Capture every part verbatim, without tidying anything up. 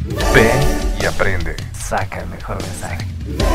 Ve y aprende. Saca el mejor mensaje.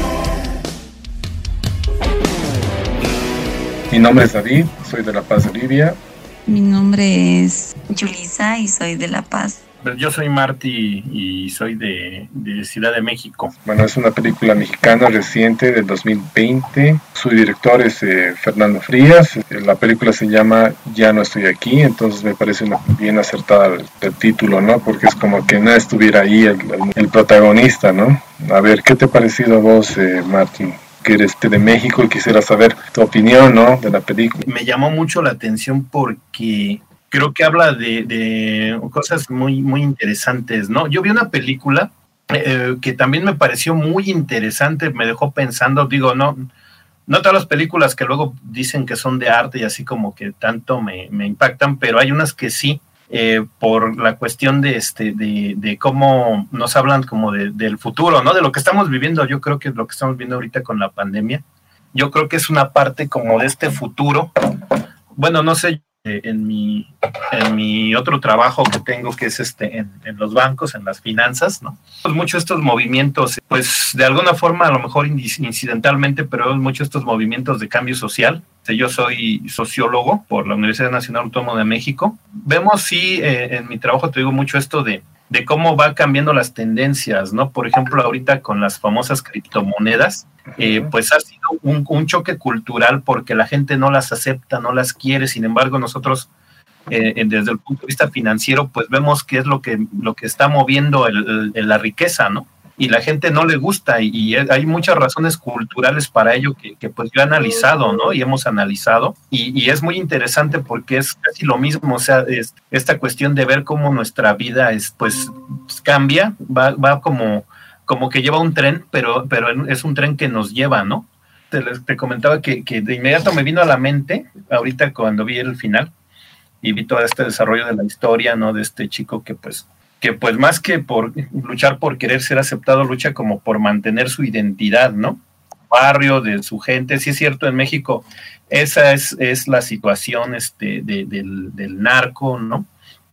Mi nombre es David, soy de La Paz, Bolivia. Mi nombre es Yulisa y soy de La Paz. Yo soy Marty y soy de, de Ciudad de México. Bueno, es una película mexicana reciente del dos mil veinte. Su director es eh, Fernando Frías. La película se llama Ya no estoy aquí, entonces me parece una, bien acertada el, el título, ¿no? Porque es como que no estuviera ahí el, el, el protagonista, ¿no? A ver, ¿qué te ha parecido a vos, eh, Marty? Que eres de México y quisiera saber tu opinión, ¿no? De la película. Me llamó mucho la atención porque creo que habla de, de cosas muy, muy interesantes, ¿no? Yo vi una película eh, que también me pareció muy interesante, me dejó pensando, digo, no, no todas las películas que luego dicen que son de arte y así como que tanto me, me impactan, pero hay unas que sí, eh, por la cuestión de, este, de, de cómo nos hablan como de, del futuro, ¿no? De lo que estamos viviendo, yo creo que es lo que estamos viendo ahorita con la pandemia, yo creo que es una parte como de este futuro, bueno, no sé, en mi, en mi otro trabajo que tengo, que es este en, en los bancos, en las finanzas, ¿no? Pues muchos estos movimientos, pues de alguna forma, a lo mejor incidentalmente, pero muchos estos movimientos de cambio social. Yo soy sociólogo por la Universidad Nacional Autónoma de México. Vemos, sí, eh, en mi trabajo te digo mucho esto de, de cómo va cambiando las tendencias, ¿no? Por ejemplo, ahorita con las famosas criptomonedas, eh, pues ha sido un, un choque cultural porque la gente no las acepta, no las quiere. Sin embargo, nosotros, eh, desde el punto de vista financiero, pues vemos qué es lo que, lo que está moviendo el, el, la riqueza, ¿no? Y la gente no le gusta, y, y hay muchas razones culturales para ello que, que pues yo he analizado, ¿no? Y hemos analizado, y, y es muy interesante porque es casi lo mismo, o sea, es, esta cuestión de ver cómo nuestra vida es, pues, cambia, va, va como, como que lleva un tren, pero, pero es un tren que nos lleva, ¿no? Te, te comentaba que, que de inmediato me vino a la mente, ahorita cuando vi el final, y vi todo este desarrollo de la historia, ¿no? De este chico que pues que pues más que por luchar por querer ser aceptado, lucha como por mantener su identidad, ¿no? Barrio, de su gente. Sí es cierto, en México esa es, es la situación este, de, del, del narco, ¿no?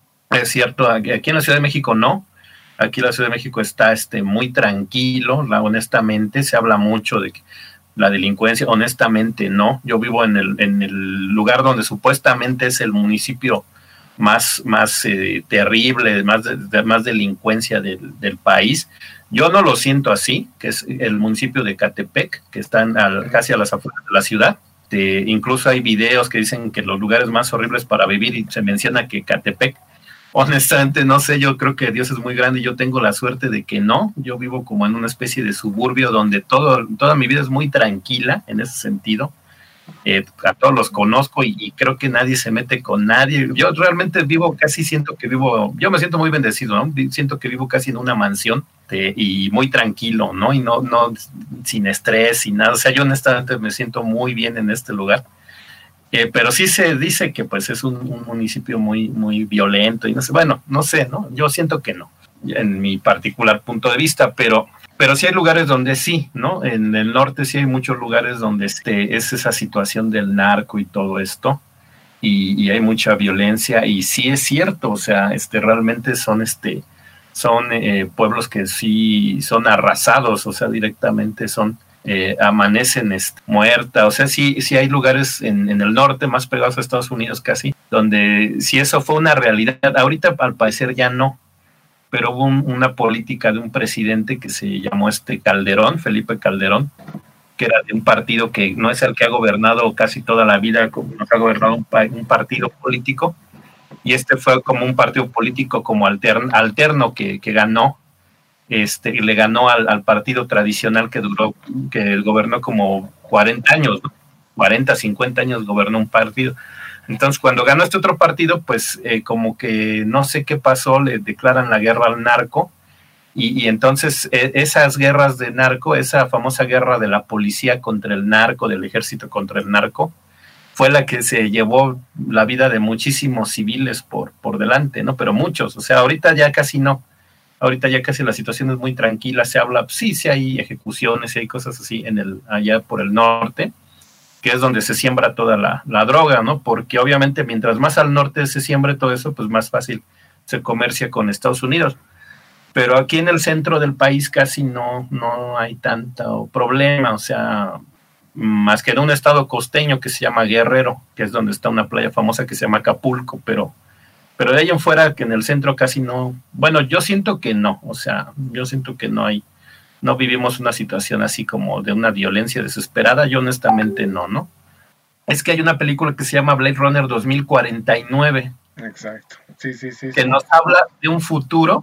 Es cierto, aquí en la Ciudad de México no. Aquí la Ciudad de México está este, muy tranquilo, la, honestamente, se habla mucho de que la delincuencia, honestamente no. Yo vivo en el, en el lugar donde supuestamente es el municipio más, más eh, terrible, más, de, de, más delincuencia del, del país. Yo no lo siento así, que es el municipio de Catepec, que están al, casi a las afueras de la ciudad. De, incluso hay videos que dicen que los lugares más horribles para vivir, y se menciona que Catepec. Honestamente no sé, yo creo que Dios es muy grande y yo tengo la suerte de que no. Yo vivo como en una especie de suburbio donde todo, toda mi vida es muy tranquila en ese sentido. Eh, a todos los conozco y, y creo que nadie se mete con nadie. Yo realmente vivo casi, siento que vivo, yo me siento muy bendecido, ¿no? Siento que vivo casi en una mansión de, y muy tranquilo, ¿no? Y no, no, sin estrés, sin nada. O sea, yo honestamente me siento muy bien en este lugar. Eh, pero sí se dice que pues es un, un municipio muy, muy violento y no sé, bueno, no sé, ¿no? Yo siento que no, en mi particular punto de vista, pero Pero sí hay lugares donde sí, ¿no? En el norte sí hay muchos lugares donde este, es esa situación del narco y todo esto, y, y hay mucha violencia, y sí es cierto, o sea, este, realmente son, este, son eh, pueblos que sí son arrasados, o sea, directamente son, eh, amanecen este, muerta, o sea, sí, sí hay lugares en, en el norte, más pegados a Estados Unidos casi, donde si eso fue una realidad, ahorita al parecer ya no, pero hubo un, una política de un presidente que se llamó este Calderón, Felipe Calderón, que era de un partido que no es el que ha gobernado casi toda la vida, como nos ha gobernado un, un partido político, y este fue como un partido político como alterno, alterno que, que ganó, este, y le ganó al, al partido tradicional que duró, que gobernó como cuarenta años, ¿no? cuarenta, cincuenta años gobernó un partido. Entonces, cuando ganó este otro partido, pues eh, como que no sé qué pasó, le declaran la guerra al narco, y, y entonces eh, esas guerras de narco, esa famosa guerra de la policía contra el narco, del ejército contra el narco, fue la que se llevó la vida de muchísimos civiles por, por delante, ¿no? Pero muchos, o sea, ahorita ya casi no, ahorita ya casi la situación es muy tranquila, se habla, sí, sí hay ejecuciones, sí hay cosas así en el, allá por el norte, que es donde se siembra toda la, la droga, ¿no? Porque obviamente mientras más al norte se siembre todo eso, pues más fácil se comercia con Estados Unidos. pero aquí en el centro del país casi no, no hay tanto problema, o sea, más que en un estado costeño que se llama Guerrero, que es donde está una playa famosa que se llama Acapulco, pero, pero de ahí en fuera que en el centro casi no, bueno, yo siento que no, o sea, yo siento que no hay, no vivimos una situación así como de una violencia desesperada, yo honestamente no, ¿no? Es que hay una película que se llama Blade Runner dos mil cuarenta y nueve. Exacto. Sí, sí, sí. Que sí. nos habla de un futuro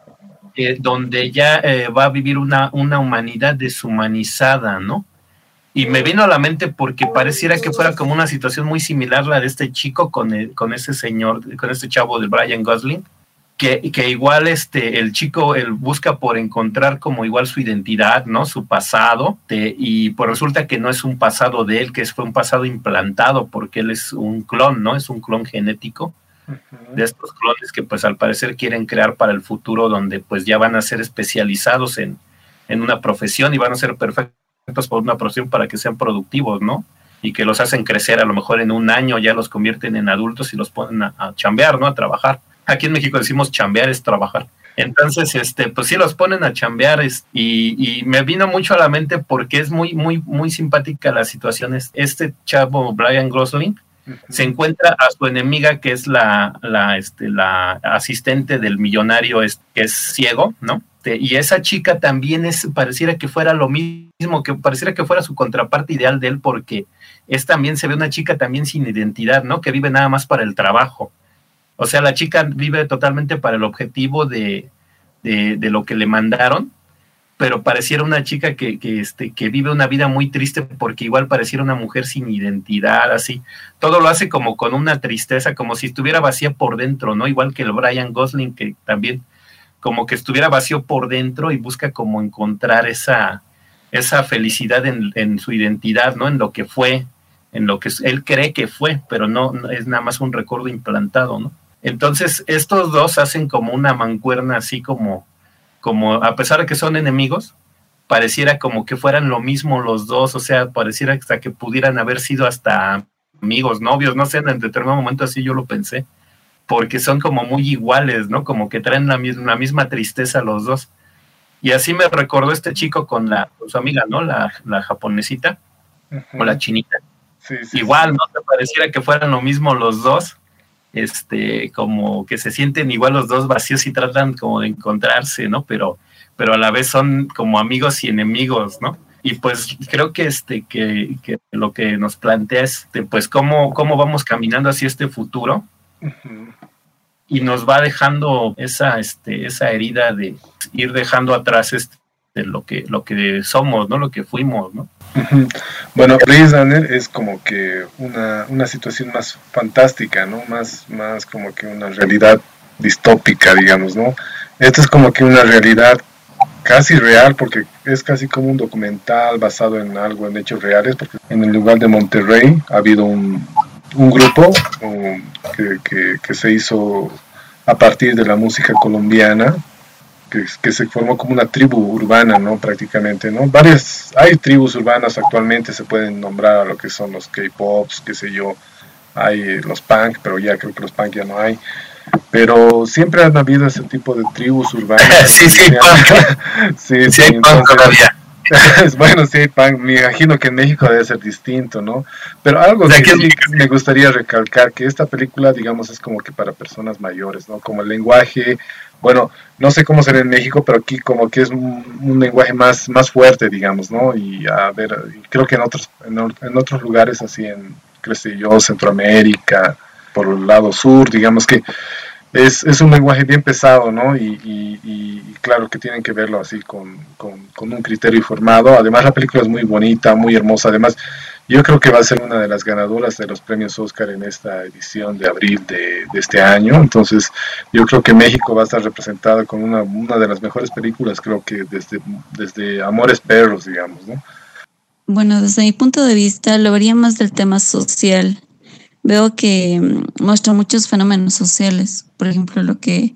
eh, donde ya eh, va a vivir una, una humanidad deshumanizada, ¿no? Y me vino a la mente porque pareciera que fuera como una situación muy similar la de este chico con, el, con ese señor, con este chavo de Ryan Gosling, que, que igual este, el chico él busca por encontrar como igual su identidad, ¿no? Su pasado, de, y pues resulta que no es un pasado de él, que fue un pasado implantado porque él es un clon, ¿no? Es un clon genético uh-huh. de estos clones que pues al parecer quieren crear para el futuro donde pues ya van a ser especializados en, en una profesión y van a ser perfectos por una profesión para que sean productivos, ¿no? Y que los hacen crecer a lo mejor en un año, ya los convierten en adultos y los ponen a, a chambear, ¿no? A trabajar. Aquí en México decimos chambear es trabajar. Entonces, este, pues sí los ponen a chambear es, y, y me vino mucho a la mente porque es muy, muy, muy simpática la situación. Este chavo, Ryan Gosling, uh-huh. se encuentra a su enemiga que es la, la, este, la asistente del millonario este, que es ciego, ¿no? Y esa chica también es, pareciera que fuera lo mismo, que pareciera que fuera su contraparte ideal de él porque es también, se ve una chica también sin identidad, ¿no? Que vive nada más para el trabajo. O sea, la chica vive totalmente para el objetivo de, de, de lo que le mandaron, pero pareciera una chica que, que, este, que vive una vida muy triste porque igual pareciera una mujer sin identidad, así. Todo lo hace como con una tristeza, como si estuviera vacía por dentro, ¿no? Igual que el Ryan Gosling, que también como que estuviera vacío por dentro y busca como encontrar esa, esa felicidad en, en su identidad, ¿no? En lo que fue, en lo que él cree que fue, pero no, no es nada más un recuerdo implantado, ¿no? Entonces, estos dos hacen como una mancuerna así como, como, a pesar de que son enemigos, pareciera como que fueran lo mismo los dos, o sea, pareciera hasta que pudieran haber sido hasta amigos, novios, no sé, en determinado momento así yo lo pensé, porque son como muy iguales, ¿no? Como que traen la misma, la misma tristeza los dos. Y así me recordó este chico con, la, con su amiga, ¿no? La, la japonesita, uh-huh. o la chinita. Sí, sí, igual, sí. ¿no? Te pareciera que fueran lo mismo los dos. Este, como que se sienten igual los dos vacíos y tratan como de encontrarse, ¿no? Pero, pero a la vez son como amigos y enemigos, ¿no? Y pues creo que este, que, que lo que nos plantea es, este, pues cómo, cómo vamos caminando hacia este futuro uh-huh. y nos va dejando esa, este, esa herida de ir dejando atrás este, de lo que, lo que somos, ¿no? Lo que fuimos, ¿no? Uh-huh. Bueno, Blade Runner es como que una, una situación más fantástica, ¿no? Más, más como que una realidad distópica, digamos, ¿no? Esto es como que una realidad casi real, porque es casi como un documental basado en algo, en hechos reales, porque en el lugar de Monterrey ha habido un, un grupo um, que, que, que se hizo a partir de la música colombiana, Que, que se formó como una tribu urbana, ¿no? Prácticamente, ¿no? Varias, hay tribus urbanas actualmente, se pueden nombrar a lo que son los K-pops, qué sé yo, hay los punk, pero ya creo que los punk ya no hay, pero siempre han habido ese tipo de tribus urbanas. sí, sí, punk. sí, sí, sí, hay punk todavía. Bueno, sí hay punk, me imagino que en México debe ser distinto, ¿no? Pero algo que sí me gustaría recalcar, que esta película, digamos, es como que para personas mayores, ¿no? Como el lenguaje, bueno, no sé cómo será en México, pero aquí como que es un, un lenguaje más, más fuerte, digamos, ¿no? Y a ver, creo que en otros, en, en otros lugares así, en, qué sé yo, Centroamérica, por el lado sur, digamos que es, es un lenguaje bien pesado, ¿no? Y, y, y claro que tienen que verlo así con, con, con un criterio informado. Además la película es muy bonita, muy hermosa. Además yo creo que va a ser una de las ganadoras de los premios Oscar en esta edición de abril de, de este año. Entonces yo creo que México va a estar representada con una, una de las mejores películas, creo que desde, desde Amores Perros, digamos, ¿no? Bueno, desde mi punto de vista lo vería más del tema social. Veo que muestra muchos fenómenos sociales, por ejemplo, lo que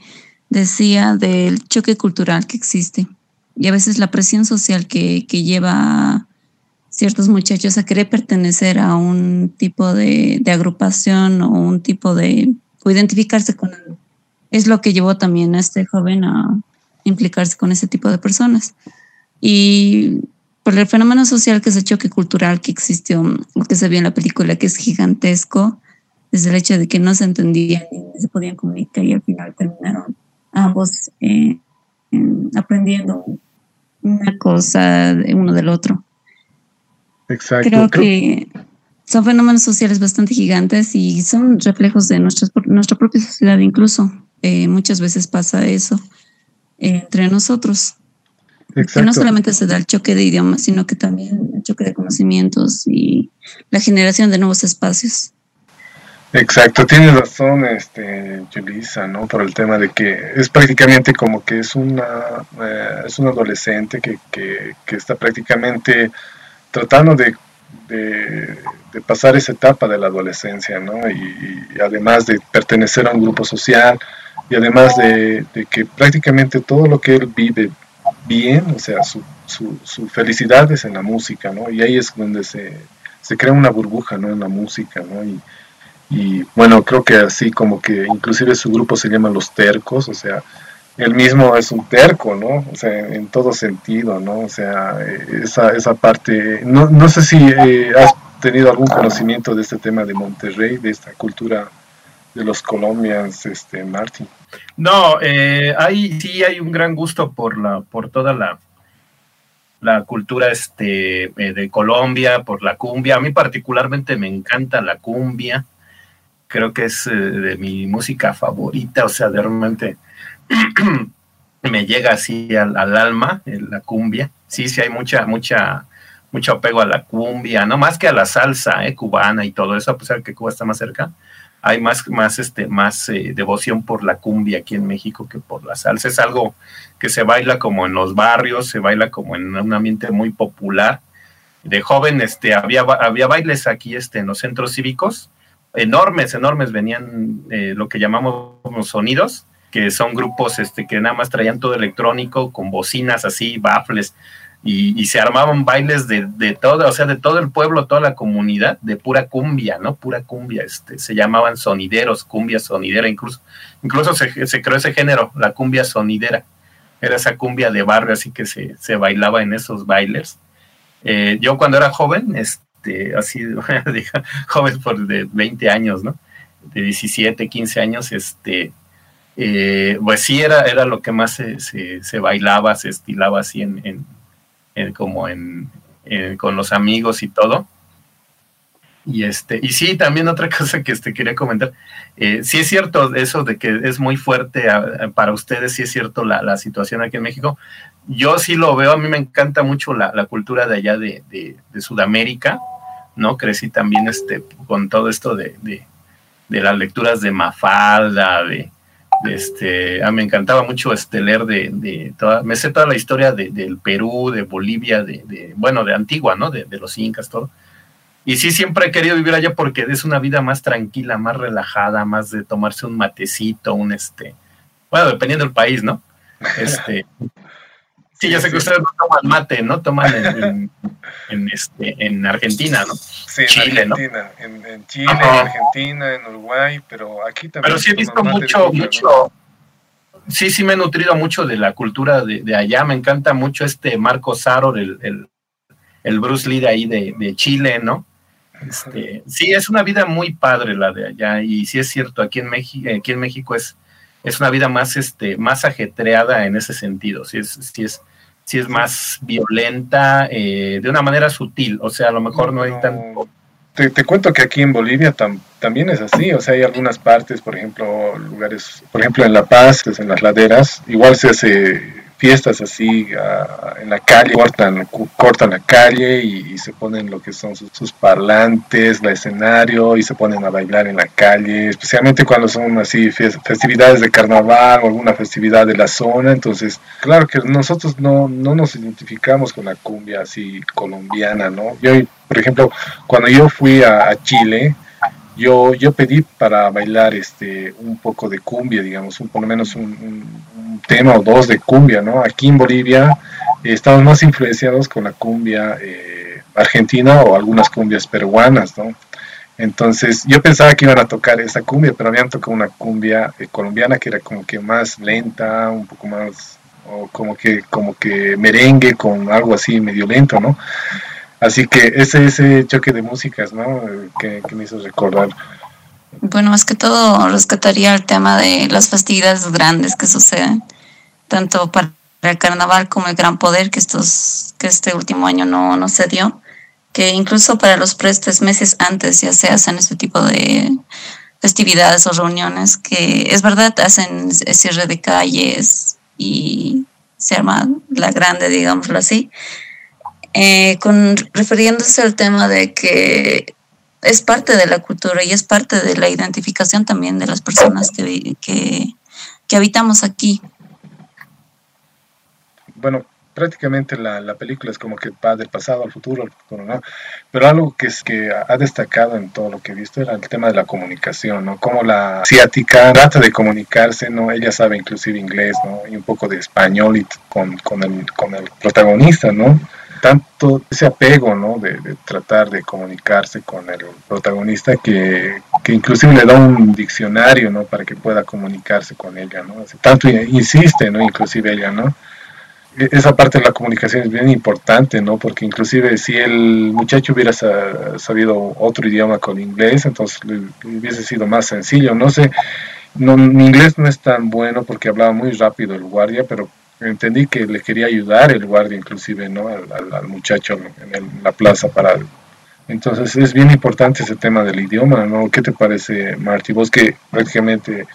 decía del choque cultural que existe y a veces la presión social que, que lleva a ciertos muchachos a querer pertenecer a un tipo de, de agrupación o un tipo de, o identificarse con algo. Es lo que llevó también a este joven a, implicarse con ese tipo de personas. Y por el fenómeno social, que es el choque cultural que existió, lo que se vio en la película, que es gigantesco, desde el hecho de que no se entendían ni se podían comunicar, y al final terminaron ambos eh, aprendiendo una cosa de uno del otro. Exacto. Creo que son fenómenos sociales bastante gigantes y son reflejos de nuestra, nuestra propia sociedad incluso. Eh, muchas veces pasa eso eh, entre nosotros. Exacto. Que no solamente se da el choque de idiomas, sino que también el choque de conocimientos y la generación de nuevos espacios. Exacto, tienes razón, este, Yulisa, ¿no? Por el tema de que es prácticamente como que es una eh, es un adolescente que, que, que está prácticamente tratando de, de, de pasar esa etapa de la adolescencia, ¿no? Y, y además de pertenecer a un grupo social, y además de, de que prácticamente todo lo que él vive bien, o sea, su, su, su felicidad es en la música, ¿no? Y ahí es donde se, se crea una burbuja, ¿no? En la música, ¿no? Y, y bueno, creo que así como que inclusive su grupo se llama Los Tercos, o sea, él mismo es un terco, ¿no? O sea, en, en todo sentido, ¿no? O sea, esa, esa parte, no, no sé si eh, has tenido algún conocimiento de este tema de Monterrey, de esta cultura de los Colombians, este, Martín. No, eh, hay, sí hay un gran gusto por la, por toda la, la cultura este, eh, de Colombia, por la cumbia. A mí particularmente me encanta la cumbia. Creo que es eh, de mi música favorita, o sea, de realmente me llega así al, al alma eh, la cumbia. Sí, sí hay mucha, mucha, mucho apego a la cumbia, no más que a la salsa eh, cubana y todo eso, a pesar de que Cuba está más cerca. Hay más, más, este, más eh, devoción por la cumbia aquí en México que por la salsa. Es algo que se baila como en los barrios, se baila como en un ambiente muy popular. De joven este, había, había bailes aquí este, en los centros cívicos, enormes, enormes, venían eh, lo que llamamos sonidos, que son grupos este, que nada más traían todo electrónico, con bocinas así, baffles, y, y se armaban bailes de, de todo, o sea, de todo el pueblo, toda la comunidad, de pura cumbia, ¿no? Pura cumbia, este, se llamaban sonideros, cumbia sonidera, incluso, incluso se, se creó ese género, la cumbia sonidera, era esa cumbia de barrio, así que se, se bailaba en esos bailes. Eh, yo cuando era joven, este, así, joven por de veinte años, ¿no? De diecisiete, quince años, este, eh, pues sí, era, era lo que más se, se, se bailaba, se estilaba así en, en, en como en, en, con los amigos y todo. Y este, y sí, también otra cosa que este, quería comentar, eh, sí es cierto eso de que es muy fuerte a, a, para ustedes, sí es cierto la, la situación aquí en México. Yo sí lo veo, a mí me encanta mucho la, la cultura de allá de, de, de Sudamérica, ¿no? Crecí también este, con todo esto de, de, de las lecturas de Mafalda, de, de este, a mí me encantaba mucho este, leer de, de toda, me sé toda la historia de, del Perú, de Bolivia, de, de bueno, de Antigua, ¿no? De, de los incas, todo. Y sí, siempre he querido vivir allá porque es una vida más tranquila, más relajada, más de tomarse un matecito, un este, bueno, dependiendo del país, ¿no? Este, sí, ya sé que ustedes no toman mate, ¿no? Toman en, en, en este, en Argentina, ¿no? Sí, Chile, en Argentina, ¿no? En, en Chile, Ajá. en Argentina, en Uruguay, pero aquí también. Pero sí he visto mucho, Cuba, mucho, ¿no? Sí, sí me he nutrido mucho de la cultura de, de allá, me encanta mucho este Marco Saro, el, el, el Bruce Lee de ahí de, de Chile, ¿no? Este, sí, es una vida muy padre la de allá, y sí es cierto, aquí en México, aquí en México es, es una vida más, este, más ajetreada en ese sentido, sí es, sí es, sí es más violenta, eh, de una manera sutil, o sea, a lo mejor no hay tanto. Te, te cuento que aquí en Bolivia tam, también es así, o sea, hay algunas partes, por ejemplo, lugares, por ejemplo, en La Paz, en las laderas, igual se hace fiestas así uh, en la calle, cortan, cortan la calle y, y se ponen lo que son sus, sus parlantes, el escenario, y se ponen a bailar en la calle, especialmente cuando son así festividades de carnaval o alguna festividad de la zona. Entonces, claro que nosotros no, no nos identificamos con la cumbia así colombiana, ¿no? Yo, por ejemplo, cuando yo fui a, a Chile, Yo, yo pedí para bailar este un poco de cumbia, digamos, un, por lo menos un, un, un tema o dos de cumbia, ¿no? Aquí en Bolivia eh, estamos más influenciados con la cumbia eh, argentina o algunas cumbias peruanas, ¿no? Entonces yo pensaba que iban a tocar esa cumbia, pero habían tocado una cumbia eh, colombiana que era como que más lenta, un poco más o como que, como que merengue con algo así medio lento, ¿no? Así que ese, ese choque de músicas, ¿no? Que, que me hizo recordar. Bueno, más que todo rescataría el tema de las festividades grandes que suceden, tanto para el carnaval como el Gran Poder, que estos, que este último año no, no se dio, que incluso para los prestes meses antes ya se hacen este tipo de festividades o reuniones, que es verdad, hacen cierre de calles y se arma la grande, digámoslo así, eh, con, refiriéndose al tema de que es parte de la cultura y es parte de la identificación también de las personas que, que, que habitamos aquí. Bueno, prácticamente la, la película es como que va del pasado al futuro, al futuro, ¿no? Pero algo que es que ha destacado en todo lo que he visto era el tema de la comunicación, ¿no? Como la asiática trata de comunicarse, ¿no? Ella sabe inclusive inglés, ¿no? Y un poco de español y con, con, el, con el protagonista, ¿no? Tanto ese apego, ¿no? De, de tratar de comunicarse con el protagonista que, que inclusive le da un diccionario, ¿no? Para que pueda comunicarse con ella, ¿no? Así, tanto insiste, ¿no? Inclusive ella, ¿no? Esa parte de la comunicación es bien importante, ¿no? Porque inclusive si el muchacho hubiera sabido otro idioma con inglés, entonces le hubiese sido más sencillo. No sé, no, mi inglés no es tan bueno porque hablaba muy rápido el guardia, pero entendí que le quería ayudar el guardia inclusive, ¿no? Al, al, al muchacho en, el, en la plaza para... Entonces es bien importante ese tema del idioma, ¿no? ¿Qué te parece, Marty? Vos que prácticamente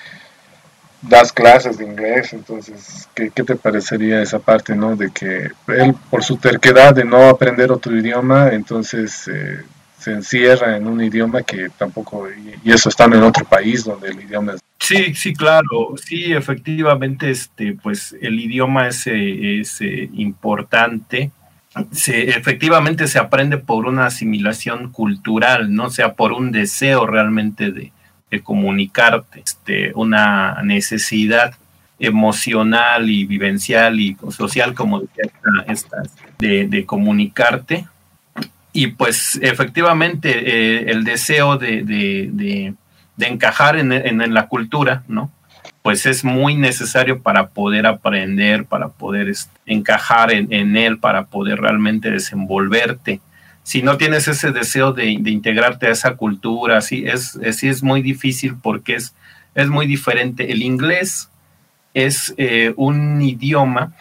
das clases de inglés, entonces, ¿qué, qué te parecería esa parte, ¿no? De que él, por su terquedad de no aprender otro idioma, entonces eh, se encierra en un idioma que tampoco, y, y eso estando en otro país donde el idioma es... Sí, sí, claro, sí, efectivamente, este, pues el idioma es, es eh, importante. Se, efectivamente se aprende por una asimilación cultural, no o sea por un deseo realmente de de comunicarte, este, una necesidad emocional y vivencial y social, como decía esta, de, de comunicarte. Y pues efectivamente eh, el deseo de, de, de, de encajar en, en, en la cultura, ¿no? Pues es muy necesario para poder aprender, para poder este, encajar en, en él, para poder realmente desenvolverte. Si no tienes ese deseo de, de integrarte a esa cultura, sí es, es, sí es muy difícil porque es, es muy diferente. El inglés es eh, un idioma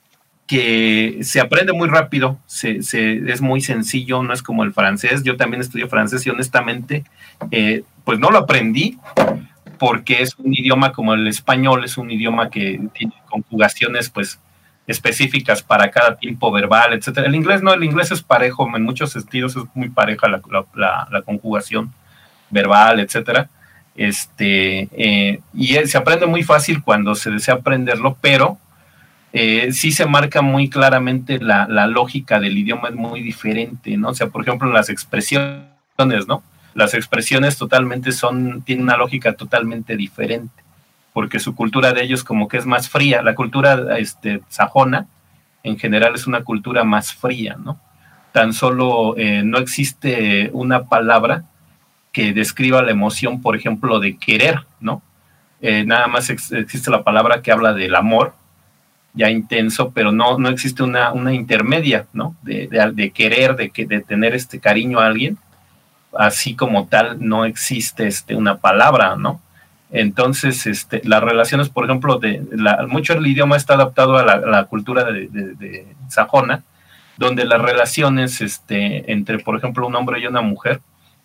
que se aprende muy rápido, se, se, es muy sencillo, no es como el francés. Yo también estudio francés y honestamente, eh, pues no lo aprendí porque es un idioma como el español, es un idioma que tiene conjugaciones, pues, específicas para cada tiempo verbal, etcétera. El inglés no, el inglés es parejo, en muchos sentidos es muy pareja la, la, la, la conjugación verbal, etcétera. Este, eh, y se aprende muy fácil cuando se desea aprenderlo, pero eh, sí se marca muy claramente la, la lógica del idioma, es muy diferente, ¿no? O sea, por ejemplo, las expresiones, ¿no? Las expresiones totalmente son, tienen una lógica totalmente diferente, porque su cultura de ellos como que es más fría. La cultura este, sajona, en general, es una cultura más fría, ¿no? Tan solo eh, no existe una palabra que describa la emoción, por ejemplo, de querer, ¿no? Eh, nada más ex- existe la palabra que habla del amor, ya intenso, pero no, no existe una, una intermedia, ¿no? De, de, de querer, de, de tener este cariño a alguien, así como tal, no existe este, una palabra, ¿no? Entonces, este, las relaciones, por ejemplo, de la, mucho el idioma está adaptado a la, a la cultura de, de, de sajona, donde las relaciones este, entre, por ejemplo, un hombre y una mujer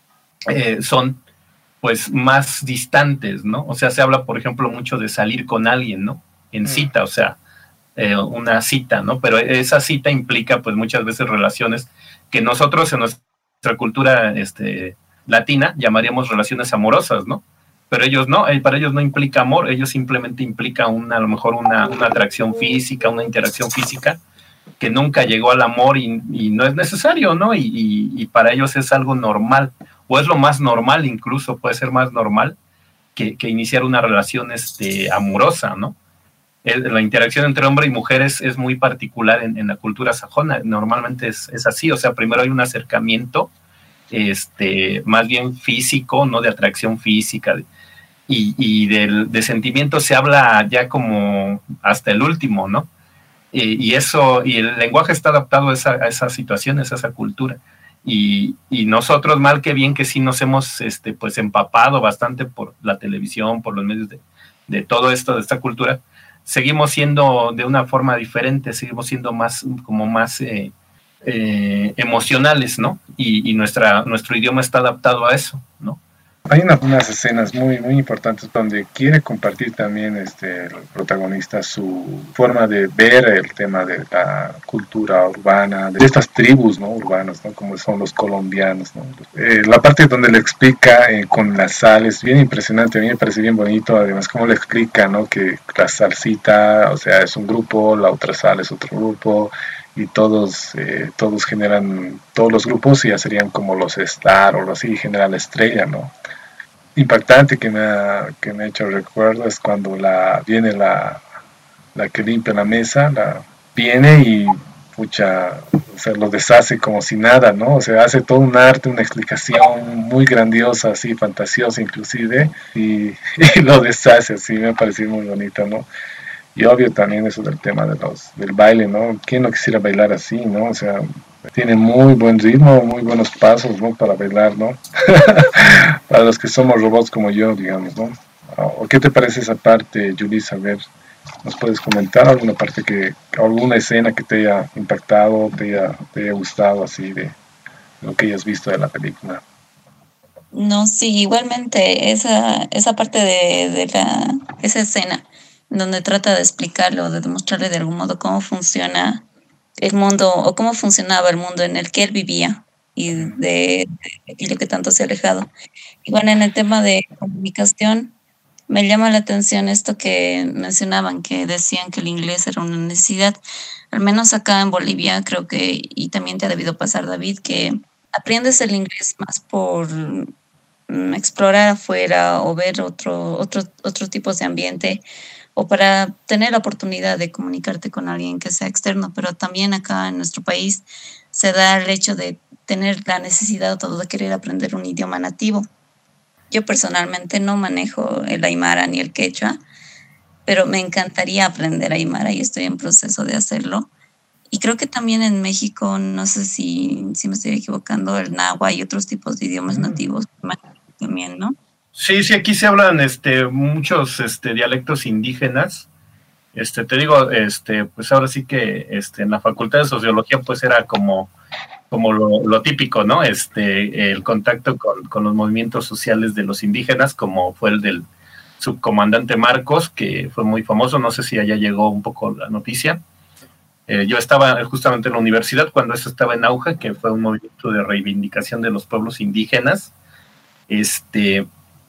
eh, son, pues, más distantes, ¿no? O sea, se habla, por ejemplo, mucho de salir con alguien, ¿no? En cita, o sea, eh, una cita, ¿no? Pero esa cita implica, pues, muchas veces relaciones que nosotros en nuestra cultura este, latina llamaríamos relaciones amorosas, ¿no? Pero ellos no, para ellos no implica amor, ellos simplemente implica una, a lo mejor una, una atracción física, una interacción física que nunca llegó al amor y, y no es necesario, ¿no? Y, y, y para ellos es algo normal, o es lo más normal, incluso puede ser más normal que, que iniciar una relación este, amorosa, ¿no? El, la interacción entre hombre y mujer es, es muy particular en, en la cultura sajona, normalmente es, es así, o sea, primero hay un acercamiento este, más bien físico, ¿no? De atracción física, de, Y, y del, de sentimiento se habla ya como hasta el último, ¿no? Y, y eso, y el lenguaje está adaptado a esa, a esas situaciones, a esa cultura. Y, y nosotros, mal que bien, que sí nos hemos este, pues empapado bastante por la televisión, por los medios de, de todo esto, de esta cultura, seguimos siendo de una forma diferente, seguimos siendo más, como más eh, eh, emocionales, ¿no? Y, y nuestra, nuestro idioma está adaptado a eso, ¿no? Hay una, unas escenas muy muy importantes donde quiere compartir también este, el protagonista su forma de ver el tema de la cultura urbana, de estas tribus, ¿no? urbanas, ¿no? como son los colombianos. ¿no? Eh, la parte donde le explica eh, con la sal es bien impresionante, a mí me parece bien bonito, además cómo le explica, ¿no? que la salsita, o sea, es un grupo, la otra sal es otro grupo, y todos eh, todos generan, todos los grupos ya serían como los Star o así, generan la estrella, ¿no? Impactante que me ha, que me ha hecho recuerdo es cuando la viene la, la que limpia la mesa, la viene y pucha, o sea, lo deshace como si nada, ¿no? O sea, hace todo un arte, una explicación muy grandiosa, así, fantasiosa inclusive, y, y lo deshace, así, me ha parecido muy bonito, ¿no? Y obvio también eso del tema de los, del baile, ¿no? ¿Quién no quisiera bailar así, ¿no? O sea, tiene muy buen ritmo, muy buenos pasos, ¿no? Para bailar, ¿no? Para los que somos robots como yo, digamos, ¿no? ¿O qué te parece esa parte, Yulisa? A ver, ¿nos puedes comentar alguna parte que, alguna escena que te haya impactado, te haya, te haya gustado así de lo que hayas visto de la película? No, sí, igualmente, esa, esa parte de, de la, esa escena donde trata de explicarlo, de demostrarle de algún modo cómo funciona el mundo o cómo funcionaba el mundo en el que él vivía y de, de aquello que tanto se ha alejado. Y bueno, en el tema de comunicación, me llama la atención esto que mencionaban, que decían que el inglés era una necesidad, al menos acá en Bolivia, creo que, y también te ha debido pasar, David, que aprendes el inglés más por mm, explorar afuera o ver otro, otro, otros tipos de ambiente, o para tener la oportunidad de comunicarte con alguien que sea externo, pero también acá en nuestro país se da el hecho de tener la necesidad o todo de querer aprender un idioma nativo. Yo personalmente no manejo el aymara ni el quechua, pero me encantaría aprender aymara y estoy en proceso de hacerlo. Y creo que también en México, no sé si, si me estoy equivocando, el náhuatl y otros tipos de idiomas nativos también, ¿no? Sí, sí, aquí se hablan este, muchos este, dialectos indígenas. Este, te digo, este, pues ahora sí que este, en la Facultad de Sociología pues era como, como lo, lo típico, ¿no? Este, el contacto con, con los movimientos sociales de los indígenas, como fue el del subcomandante Marcos, que fue muy famoso, no sé si allá llegó un poco la noticia. Eh, yo estaba justamente en la universidad cuando eso estaba en auge, que fue un movimiento de reivindicación de los pueblos indígenas. Este...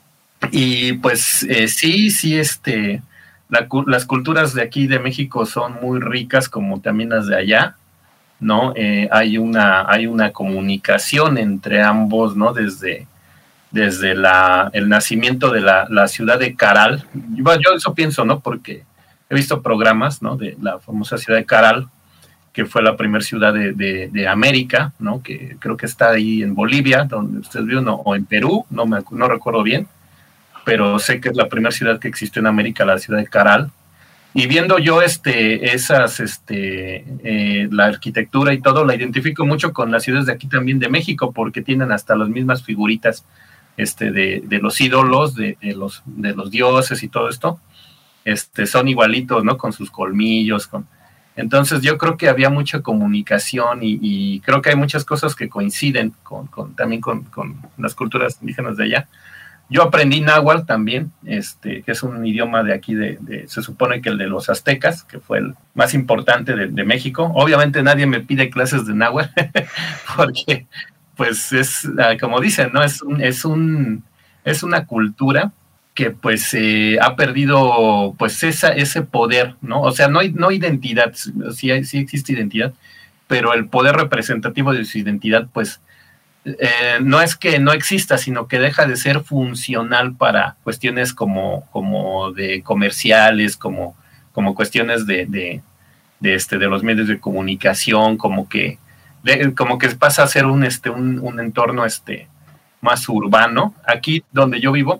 Y pues eh, sí, sí, este, la, las culturas de aquí de México son muy ricas como también las de allá, ¿no? Eh, hay una, hay una comunicación entre ambos, ¿no? Desde, desde la, el nacimiento de la, la ciudad de Caral. Bueno, yo eso pienso, ¿no? Porque he visto programas, ¿no? De la famosa ciudad de Caral, que fue la primera ciudad de, de, de América, ¿no? Que creo que está ahí en Bolivia, donde usted vio, ¿no? O en Perú, no, me, no recuerdo bien, pero sé que es la primera ciudad que existió en América, la ciudad de Caral. Y viendo yo este, esas, este, eh, la arquitectura y todo, la identifico mucho con las ciudades de aquí también de México, porque tienen hasta las mismas figuritas este, de, de los ídolos, de, de, los, de los dioses y todo esto. Este, son igualitos, ¿no? Con sus colmillos. Con... Entonces yo creo que había mucha comunicación y, y creo que hay muchas cosas que coinciden con, con, también con, con las culturas indígenas de allá. Yo aprendí náhuatl también, este, que es un idioma de aquí, de, de, se supone que el de los aztecas, que fue el más importante de, de México. Obviamente nadie me pide clases de náhuatl, porque pues es, como dicen, ¿no? Es, un, es, un, es una cultura que pues eh, ha perdido pues esa, ese poder, ¿no? O sea, no hay no identidad, sí, hay, sí existe identidad, pero el poder representativo de su identidad pues Eh, no es que no exista, sino que deja de ser funcional para cuestiones como, como de comerciales, como, como cuestiones de, de, de, este, de los medios de comunicación, como que, de, como que pasa a ser un, este, un, un entorno este, más urbano. Aquí donde yo vivo,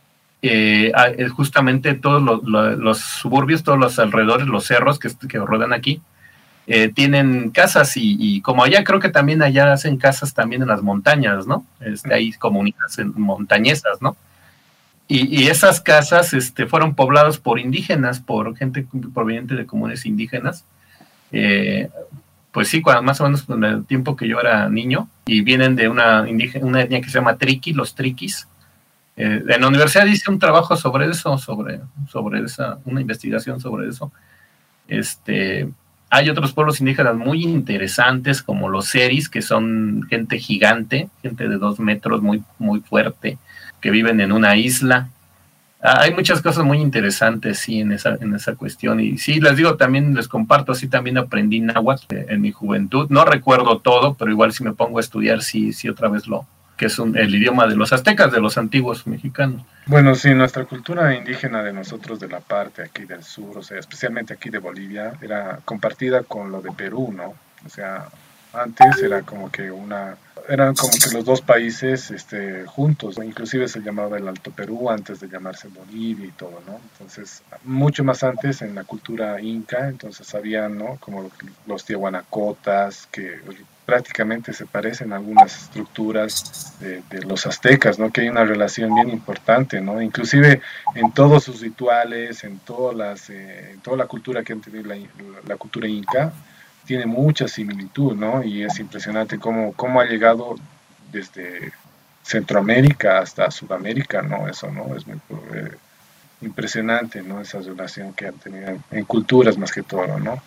eh, justamente todos los, los, los suburbios, todos los alrededores, los cerros que, que rodean aquí, eh, tienen casas y, y como allá creo que también allá hacen casas también en las montañas, ¿no? Este, hay comunidades montañesas, ¿no? Y, y esas casas este, fueron pobladas por indígenas, por gente proveniente de comunidades indígenas. Eh, pues sí, cuando, más o menos en el tiempo que yo era niño, y vienen de una, indígena, una etnia que se llama Triqui, los Triquis. Eh, en la universidad hice un trabajo sobre eso, sobre, sobre esa, una investigación sobre eso. Este, hay otros pueblos indígenas muy interesantes, como los Seris, que son gente gigante, gente de dos metros, muy, muy fuerte, que viven en una isla. Ah, hay muchas cosas muy interesantes, sí, en esa, en esa cuestión. Y sí, les digo, también les comparto, sí, también aprendí náhuatl en mi juventud. No recuerdo todo, pero igual si me pongo a estudiar, sí, sí, otra vez lo, que es un, el idioma de los aztecas, de los antiguos mexicanos. Bueno, sí, nuestra cultura indígena de nosotros de la parte aquí del sur, o sea, especialmente aquí de Bolivia, era compartida con lo de Perú, ¿no? O sea, antes era como que una, eran como que los dos países este, juntos, inclusive se llamaba el Alto Perú antes de llamarse Bolivia y todo, ¿no? Entonces, mucho más antes en la cultura inca, entonces había, ¿no? Como los tiahuanacotas, que prácticamente se parecen a algunas estructuras de, de los aztecas, ¿no? Que hay una relación bien importante, ¿no? Inclusive en todos sus rituales, en todas las, eh, en toda la cultura que han tenido la, la cultura inca, tiene mucha similitud, ¿no? Y es impresionante cómo, cómo ha llegado desde Centroamérica hasta Sudamérica, ¿no? Eso, ¿no? Es muy eh, impresionante, ¿no? Esa relación que han tenido en, en culturas más que todo, ¿no?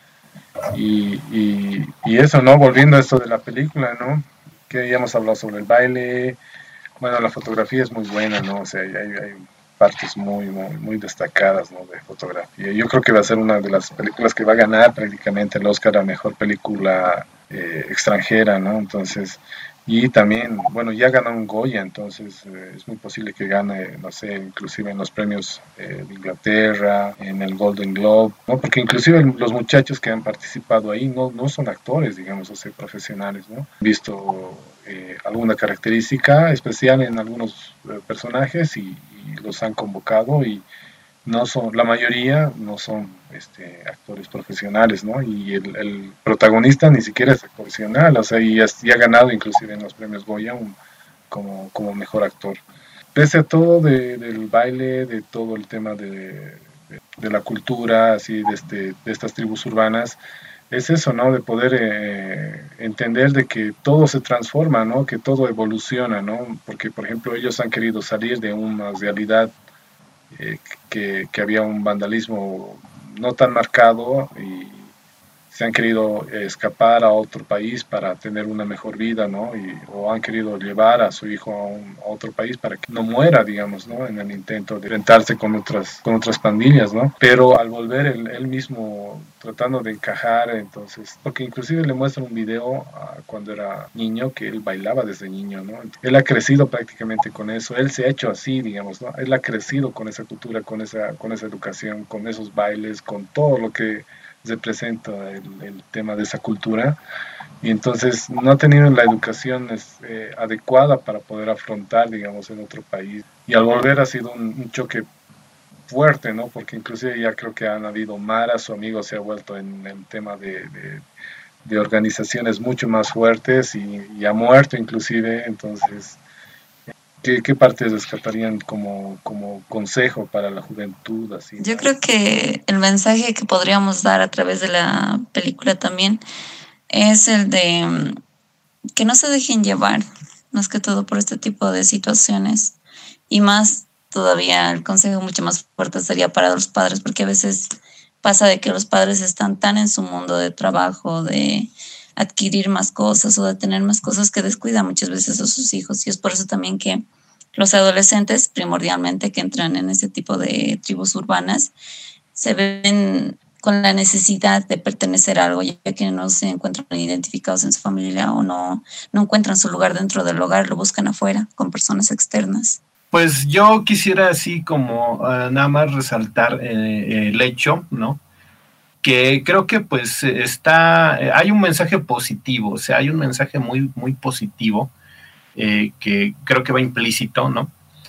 Y, y, y eso, ¿no? Volviendo a esto de la película, ¿no? Que ya hemos hablado sobre el baile. Bueno, la fotografía es muy buena, ¿no? O sea, hay, hay partes muy, muy, muy destacadas, ¿no? De fotografía. Yo creo que va a ser una de las películas que va a ganar prácticamente el Oscar a Mejor Película eh, Extranjera, ¿no? Entonces, y también, bueno, ya ganó un Goya, entonces eh, es muy posible que gane, no sé, inclusive en los premios eh, de Inglaterra, en el Golden Globe, ¿no? Porque inclusive los muchachos que han participado ahí no, no son actores, digamos, o sea, profesionales, ¿no? He visto eh, alguna característica especial en algunos eh, personajes y, y los han convocado y no son, la mayoría no son este, actores profesionales, ¿no? Y el, el protagonista ni siquiera es profesional, o sea, y ha, y ha ganado inclusive en los premios Goya un, como, como mejor actor. Pese a todo de, del baile, de todo el tema de, de, de la cultura, así, de, este, de estas tribus urbanas, es eso, ¿no? De poder eh, entender de que todo se transforma, ¿no? Que todo evoluciona, ¿no? Porque, por ejemplo, ellos han querido salir de una realidad Eh, que, que había un vandalismo no tan marcado y se han querido escapar a otro país para tener una mejor vida, ¿no? Y, o han querido llevar a su hijo a, un, a otro país para que no muera, digamos, ¿no? En el intento de enfrentarse con otras, con otras pandillas, ¿no? Pero al volver él, él mismo tratando de encajar, entonces, porque inclusive le muestran un video uh, cuando era niño, que él bailaba desde niño, ¿no? Él ha crecido prácticamente con eso, él se ha hecho así, digamos, ¿no? Él ha crecido con esa cultura, con esa, con esa educación, con esos bailes, con todo lo que representa el, el tema de esa cultura, y entonces no ha tenido la educación eh, adecuada para poder afrontar, digamos, en otro país, y al volver ha sido un, un choque fuerte, ¿no? Porque inclusive ya creo que han habido maras, su amigo se ha vuelto en el tema de, de, de organizaciones mucho más fuertes y, y ha muerto inclusive, entonces ¿Qué, ¿Qué partes rescatarían como, como consejo para la juventud? Así, Yo creo que el mensaje que podríamos dar a través de la película también es el de que no se dejen llevar, más que todo por este tipo de situaciones. Y más todavía, el consejo mucho más fuerte sería para los padres, porque a veces pasa de que los padres están tan en su mundo de trabajo, de adquirir más cosas o de tener más cosas, que descuidan muchas veces a sus hijos, y es por eso también que los adolescentes, primordialmente, que entran en ese tipo de tribus urbanas, se ven con la necesidad de pertenecer a algo, ya que no se encuentran identificados en su familia o no, no encuentran su lugar dentro del hogar, lo buscan afuera, con personas externas. Pues yo quisiera así como uh, nada más resaltar eh, el hecho, ¿no? Que creo que pues está, hay un mensaje positivo, o sea, hay un mensaje muy, muy positivo eh, que creo que va implícito, ¿no?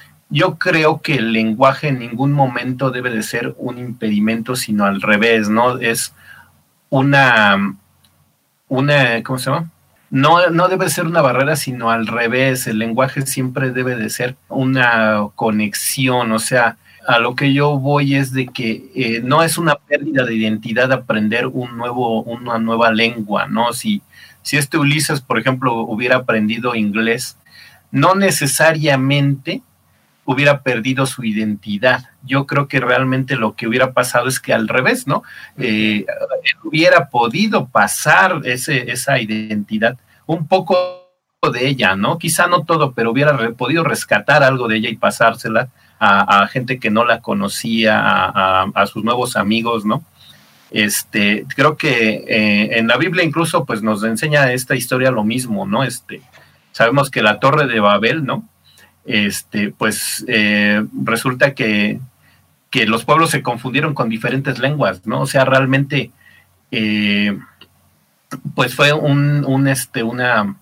Yo creo que el lenguaje en ningún momento debe de ser un impedimento, sino al revés, ¿no? Es una, una, ¿cómo se llama? No, no debe ser una barrera, sino al revés. El lenguaje siempre debe de ser una conexión. O sea, a lo que yo voy es de que eh, no es una pérdida de identidad aprender un nuevo, una nueva lengua, ¿no? Si, si este Ulises, por ejemplo, hubiera aprendido inglés, no necesariamente hubiera perdido su identidad. Yo creo que realmente lo que hubiera pasado es que al revés, ¿no? Eh, él hubiera podido pasar ese, esa identidad, un poco de ella, ¿no? Quizá no todo, pero hubiera re, podido rescatar algo de ella y pasársela a, a gente que no la conocía, a, a, a sus nuevos amigos, ¿no? Este, creo que eh, en la Biblia incluso pues nos enseña esta historia lo mismo, ¿no? Este, sabemos que la Torre de Babel, ¿no? Este, pues eh, resulta que, que los pueblos se confundieron con diferentes lenguas, ¿no? O sea, realmente, eh, pues fue un, un este, una,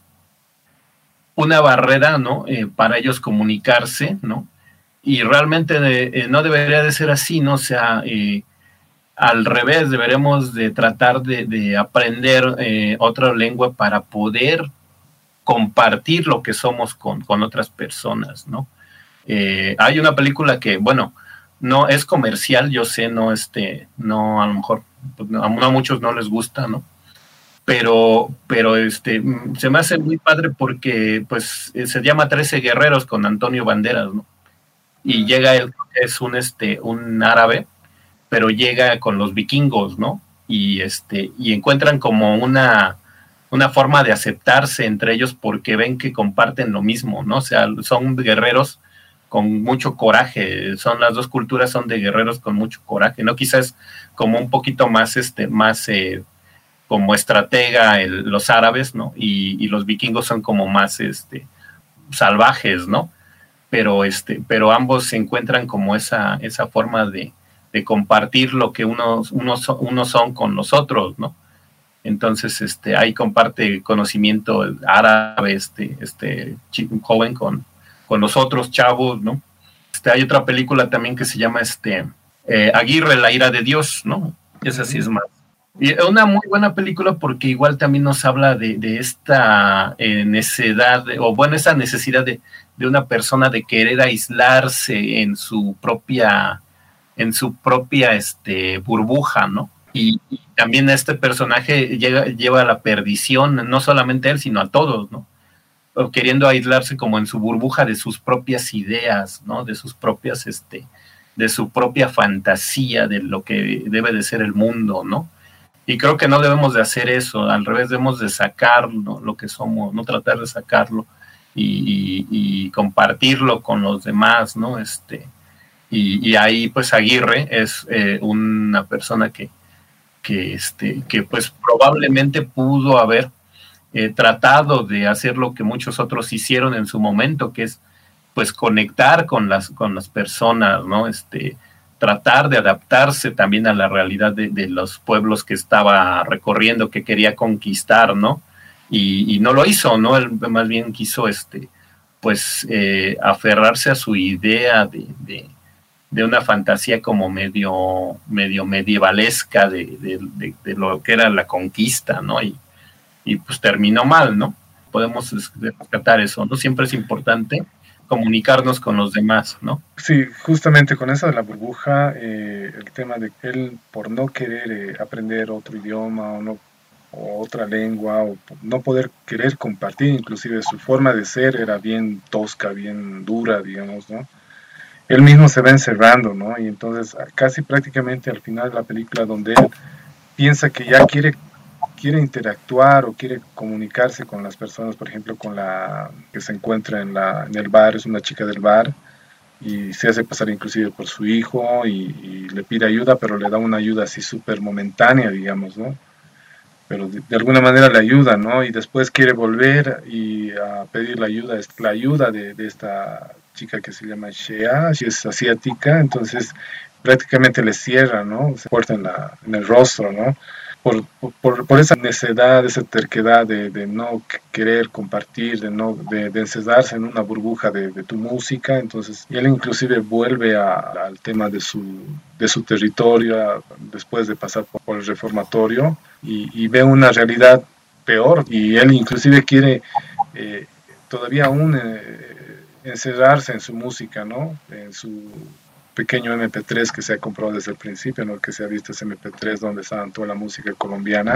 una barrera, ¿no? Eh, para ellos comunicarse, ¿no? Y realmente eh, no debería de ser así, ¿no? O sea, eh, al revés, deberemos de tratar de, de aprender eh, otra lengua para poder compartir lo que somos con, con otras personas, ¿no? Eh, hay una película que, bueno, no es comercial, yo sé, no, este, no, a lo mejor, pues, no, a muchos no les gusta, ¿no? Pero, pero, este, se me hace muy padre porque, pues, se llama trece guerreros con Antonio Banderas, ¿no? Y llega él, es un, este, un árabe, pero llega con los vikingos, ¿no? Y, este, y encuentran como una... una forma de aceptarse entre ellos porque ven que comparten lo mismo, ¿no? O sea, son guerreros con mucho coraje, son las dos culturas son de guerreros con mucho coraje, ¿no? Quizás como un poquito más, este, más eh, como estratega el, los árabes, ¿no? Y, y los vikingos son como más, este, salvajes, ¿no? Pero, este, pero ambos se encuentran como esa, esa forma de, de compartir lo que unos, unos, unos son con los otros, ¿no? Entonces, este, ahí comparte conocimiento árabe, este, este joven con, con los otros chavos, ¿no? Este, hay otra película también que se llama este, eh, Aguirre, la ira de Dios, ¿no? Esa sí es más. Y es una muy buena película porque igual también nos habla de, de esta eh, necesidad, de, o bueno, esa necesidad de, de una persona de querer aislarse en su propia, en su propia este, burbuja, ¿no? Y, y también este personaje llega, lleva a la perdición, no solamente a él, sino a todos, ¿no? O queriendo aislarse como en su burbuja de sus propias ideas, ¿no? De sus propias, este, de su propia fantasía de lo que debe de ser el mundo, ¿no? Y creo que no debemos de hacer eso, al revés, debemos de sacar, ¿no? Lo que somos, no tratar de sacarlo y, y, y compartirlo con los demás, ¿no? Este, y, y ahí, pues, Aguirre es eh, una persona que que este que pues probablemente pudo haber eh, tratado de hacer lo que muchos otros hicieron en su momento, que es pues conectar con las con las personas, ¿no? Este tratar de adaptarse también a la realidad de, de los pueblos que estaba recorriendo, que quería conquistar, ¿no? Y, y no lo hizo, ¿no? Él más bien quiso este pues eh, aferrarse a su idea de, de de una fantasía como medio, medio medievalesca de, de, de, de lo que era la conquista, ¿no? Y, y pues terminó mal, ¿no? Podemos rescatar eso, ¿no? Siempre es importante comunicarnos con los demás, ¿no? Sí, justamente con eso de la burbuja, eh, el tema de que él, por no querer eh, aprender otro idioma o, no, o otra lengua, o no poder querer compartir, inclusive su forma de ser era bien tosca, bien dura, digamos, ¿no? Él mismo se va encerrando, ¿no? Y entonces casi prácticamente al final de la película, donde él piensa que ya quiere, quiere interactuar o quiere comunicarse con las personas, por ejemplo, con la que se encuentra en, la, en el bar, es una chica del bar, y se hace pasar inclusive por su hijo, y, y le pide ayuda, pero le da una ayuda así súper momentánea, digamos, ¿no? Pero de, de alguna manera le ayuda, ¿no? Y después quiere volver y a pedir la ayuda, la ayuda de, de esta chica que se llama Shea, es asiática, entonces prácticamente le cierra, ¿no? Se corta en, la, en el rostro, ¿no? por, por, por esa necedad, esa terquedad de, de no querer compartir, de no de, de encerrarse en una burbuja de, de tu música. Entonces, y él inclusive vuelve a, al tema de su, de su territorio a, después de pasar por, por el reformatorio y, y ve una realidad peor, y él inclusive quiere eh, todavía aún eh, encerrarse en su música, ¿no? En su pequeño eme pe tres que se ha comprado desde el principio, ¿no? Que se ha visto ese eme pe tres donde está toda la música colombiana,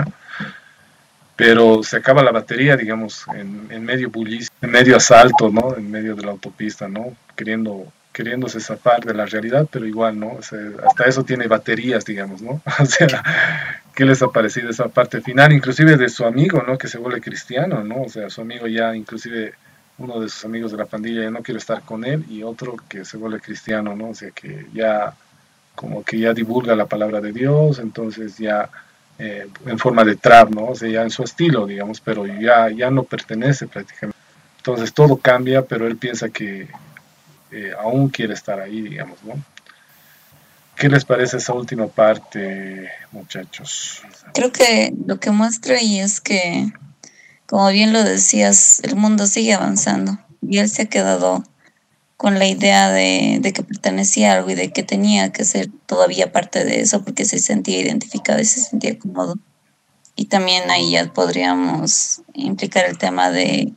pero se acaba la batería, digamos, en, en medio bullicio, en medio asalto, ¿no? En medio de la autopista, ¿no? Queriendo, queriéndose zafar de la realidad, pero igual, ¿no? O sea, hasta eso tiene baterías, digamos, ¿no? O sea, ¿qué les ha parecido esa parte final? Inclusive de su amigo, ¿no? Que se vuelve cristiano, ¿no? O sea, su amigo ya, inclusive uno de sus amigos de la pandilla ya no quiere estar con él, y otro que se vuelve cristiano, ¿no? O sea, que ya como que ya divulga la palabra de Dios, entonces ya eh, en forma de trap, ¿no? O sea, ya en su estilo, digamos, pero ya, ya no pertenece prácticamente. Entonces todo cambia, pero él piensa que eh, aún quiere estar ahí, digamos, ¿no? ¿Qué les parece esa última parte, muchachos? Creo que lo que muestra ahí es que, como bien lo decías, el mundo sigue avanzando y él se ha quedado con la idea de, de que pertenecía a algo y de que tenía que ser todavía parte de eso porque se sentía identificado y se sentía cómodo. Y también ahí ya podríamos implicar el tema de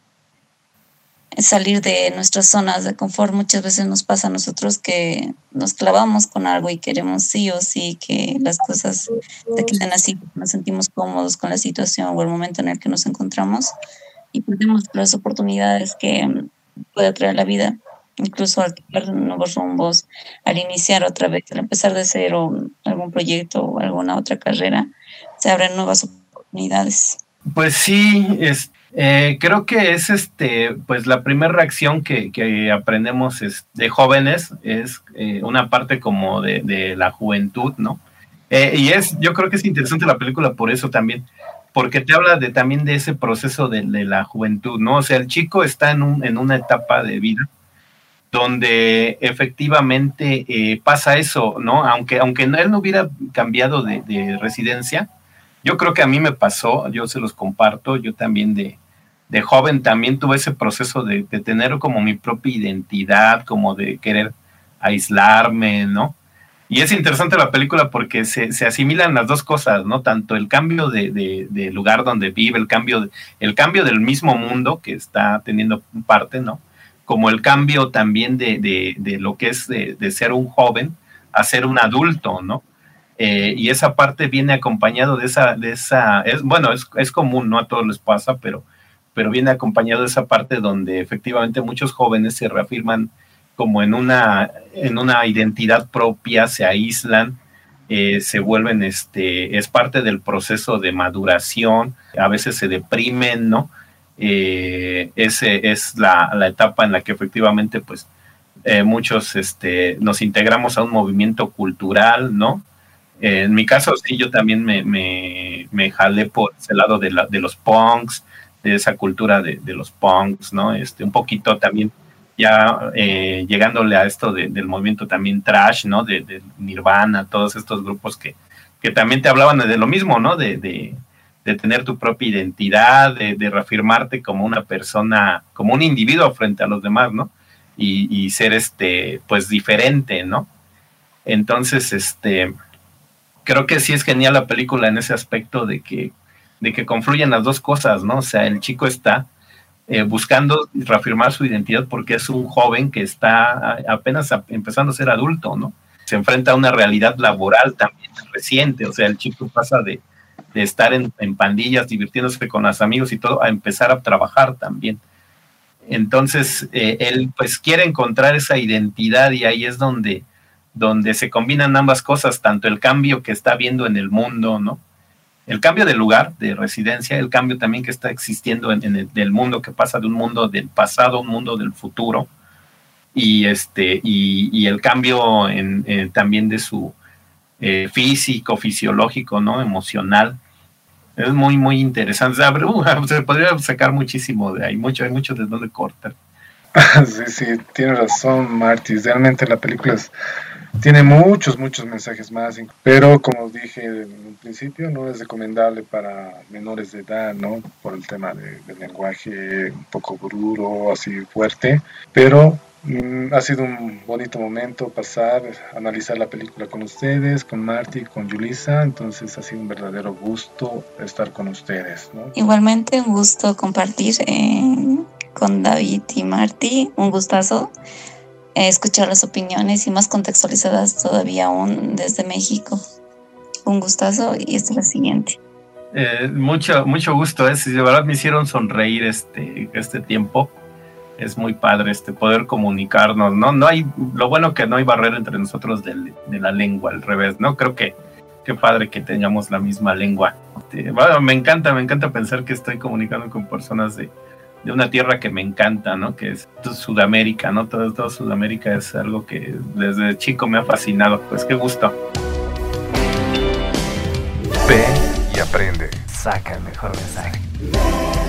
salir de nuestras zonas de confort. Muchas veces nos pasa a nosotros que nos clavamos con algo y queremos sí o sí que las cosas se queden así, nos sentimos cómodos con la situación o el momento en el que nos encontramos y perdemos las oportunidades que puede traer la vida, incluso al tomar nuevos rumbos, al iniciar otra vez, al empezar de cero algún proyecto o alguna otra carrera, se abren nuevas oportunidades. Pues sí, es Eh, creo que es este, pues la primera reacción que, que aprendemos es, de jóvenes es eh, una parte como de, de la juventud, ¿no? Eh, y es, yo creo que es interesante la película por eso también, porque te habla de también de ese proceso de, de la juventud, ¿no? O sea, el chico está en, un, en una etapa de vida donde efectivamente eh, pasa eso, ¿no? Aunque, aunque él no hubiera cambiado de, de residencia, yo creo que a mí me pasó, yo se los comparto, yo también de, de joven también tuve ese proceso de, de tener como mi propia identidad, como de querer aislarme, ¿no? Y es interesante la película porque se, se asimilan las dos cosas, ¿no? Tanto el cambio de, de, de lugar donde vive, el cambio, de, el cambio del mismo mundo que está teniendo parte, ¿no? Como el cambio también de, de, de lo que es de, de ser un joven a ser un adulto, ¿no? Eh, y esa parte viene acompañado de esa, de esa es, bueno, es, es común, no a todos les pasa, pero, pero viene acompañado de esa parte donde efectivamente muchos jóvenes se reafirman como en una, en una identidad propia, se aíslan, eh, se vuelven, este, es parte del proceso de maduración, a veces se deprimen, ¿no? Eh, ese es la, la etapa en la que efectivamente, pues, eh, muchos este, nos integramos a un movimiento cultural, ¿no? En mi caso, sí, yo también me, me, me jalé por ese lado de, la, de los punks, de esa cultura de, de los punks, ¿no? Este, un poquito también ya eh, llegándole a esto de, del movimiento también trash, ¿no? De, de Nirvana, todos estos grupos que, que también te hablaban de lo mismo, ¿no? De, de, de tener tu propia identidad, de, de reafirmarte como una persona, como un individuo frente a los demás, ¿no? Y, y ser, este, pues, diferente, ¿no? Entonces, este... creo que sí es genial la película en ese aspecto de que, de que confluyen las dos cosas, ¿no? O sea, el chico está eh, buscando reafirmar su identidad porque es un joven que está apenas a, empezando a ser adulto, ¿no? Se enfrenta a una realidad laboral también reciente, o sea, el chico pasa de, de estar en, en pandillas, divirtiéndose con los amigos y todo, a empezar a trabajar también. Entonces, eh, él pues quiere encontrar esa identidad y ahí es donde donde se combinan ambas cosas, tanto el cambio que está viendo en el mundo, ¿no? El cambio de lugar, de residencia, el cambio también que está existiendo en, en el del mundo, que pasa de un mundo del pasado a un mundo del futuro, y este y, y el cambio en, en, también de su eh, físico, fisiológico, ¿no? Emocional. Es muy, muy interesante. O sea, uh, se podría sacar muchísimo de ahí, mucho, hay mucho de donde cortar. Sí, sí, tiene razón, Marty. Realmente la película es Tiene muchos, muchos mensajes más, pero como dije en un principio, no es recomendable para menores de edad, ¿no? Por el tema de, del lenguaje un poco duro, así fuerte, pero mm, ha sido un bonito momento pasar, analizar la película con ustedes, con Marty, con Yulisa, entonces ha sido un verdadero gusto estar con ustedes, ¿no? Igualmente un gusto compartir eh, con David y Marty, un gustazo. Escuchar las opiniones y más contextualizadas todavía aún desde México. Un gustazo y esta es la siguiente. Eh, mucho, mucho gusto, ¿eh? De verdad me hicieron sonreír este, este tiempo. Es muy padre este poder comunicarnos, ¿no? No hay, lo bueno que no hay barrera entre nosotros de, de la lengua, al revés, ¿no? Creo que qué padre que tengamos la misma lengua. Este, bueno, me encanta, me encanta pensar que estoy comunicando con personas de de una tierra que me encanta, ¿no? Que es Sudamérica, ¿no? Todo, todo Sudamérica es algo que desde chico me ha fascinado. Pues qué gusto. Ve y aprende. Saca el mejor mensaje.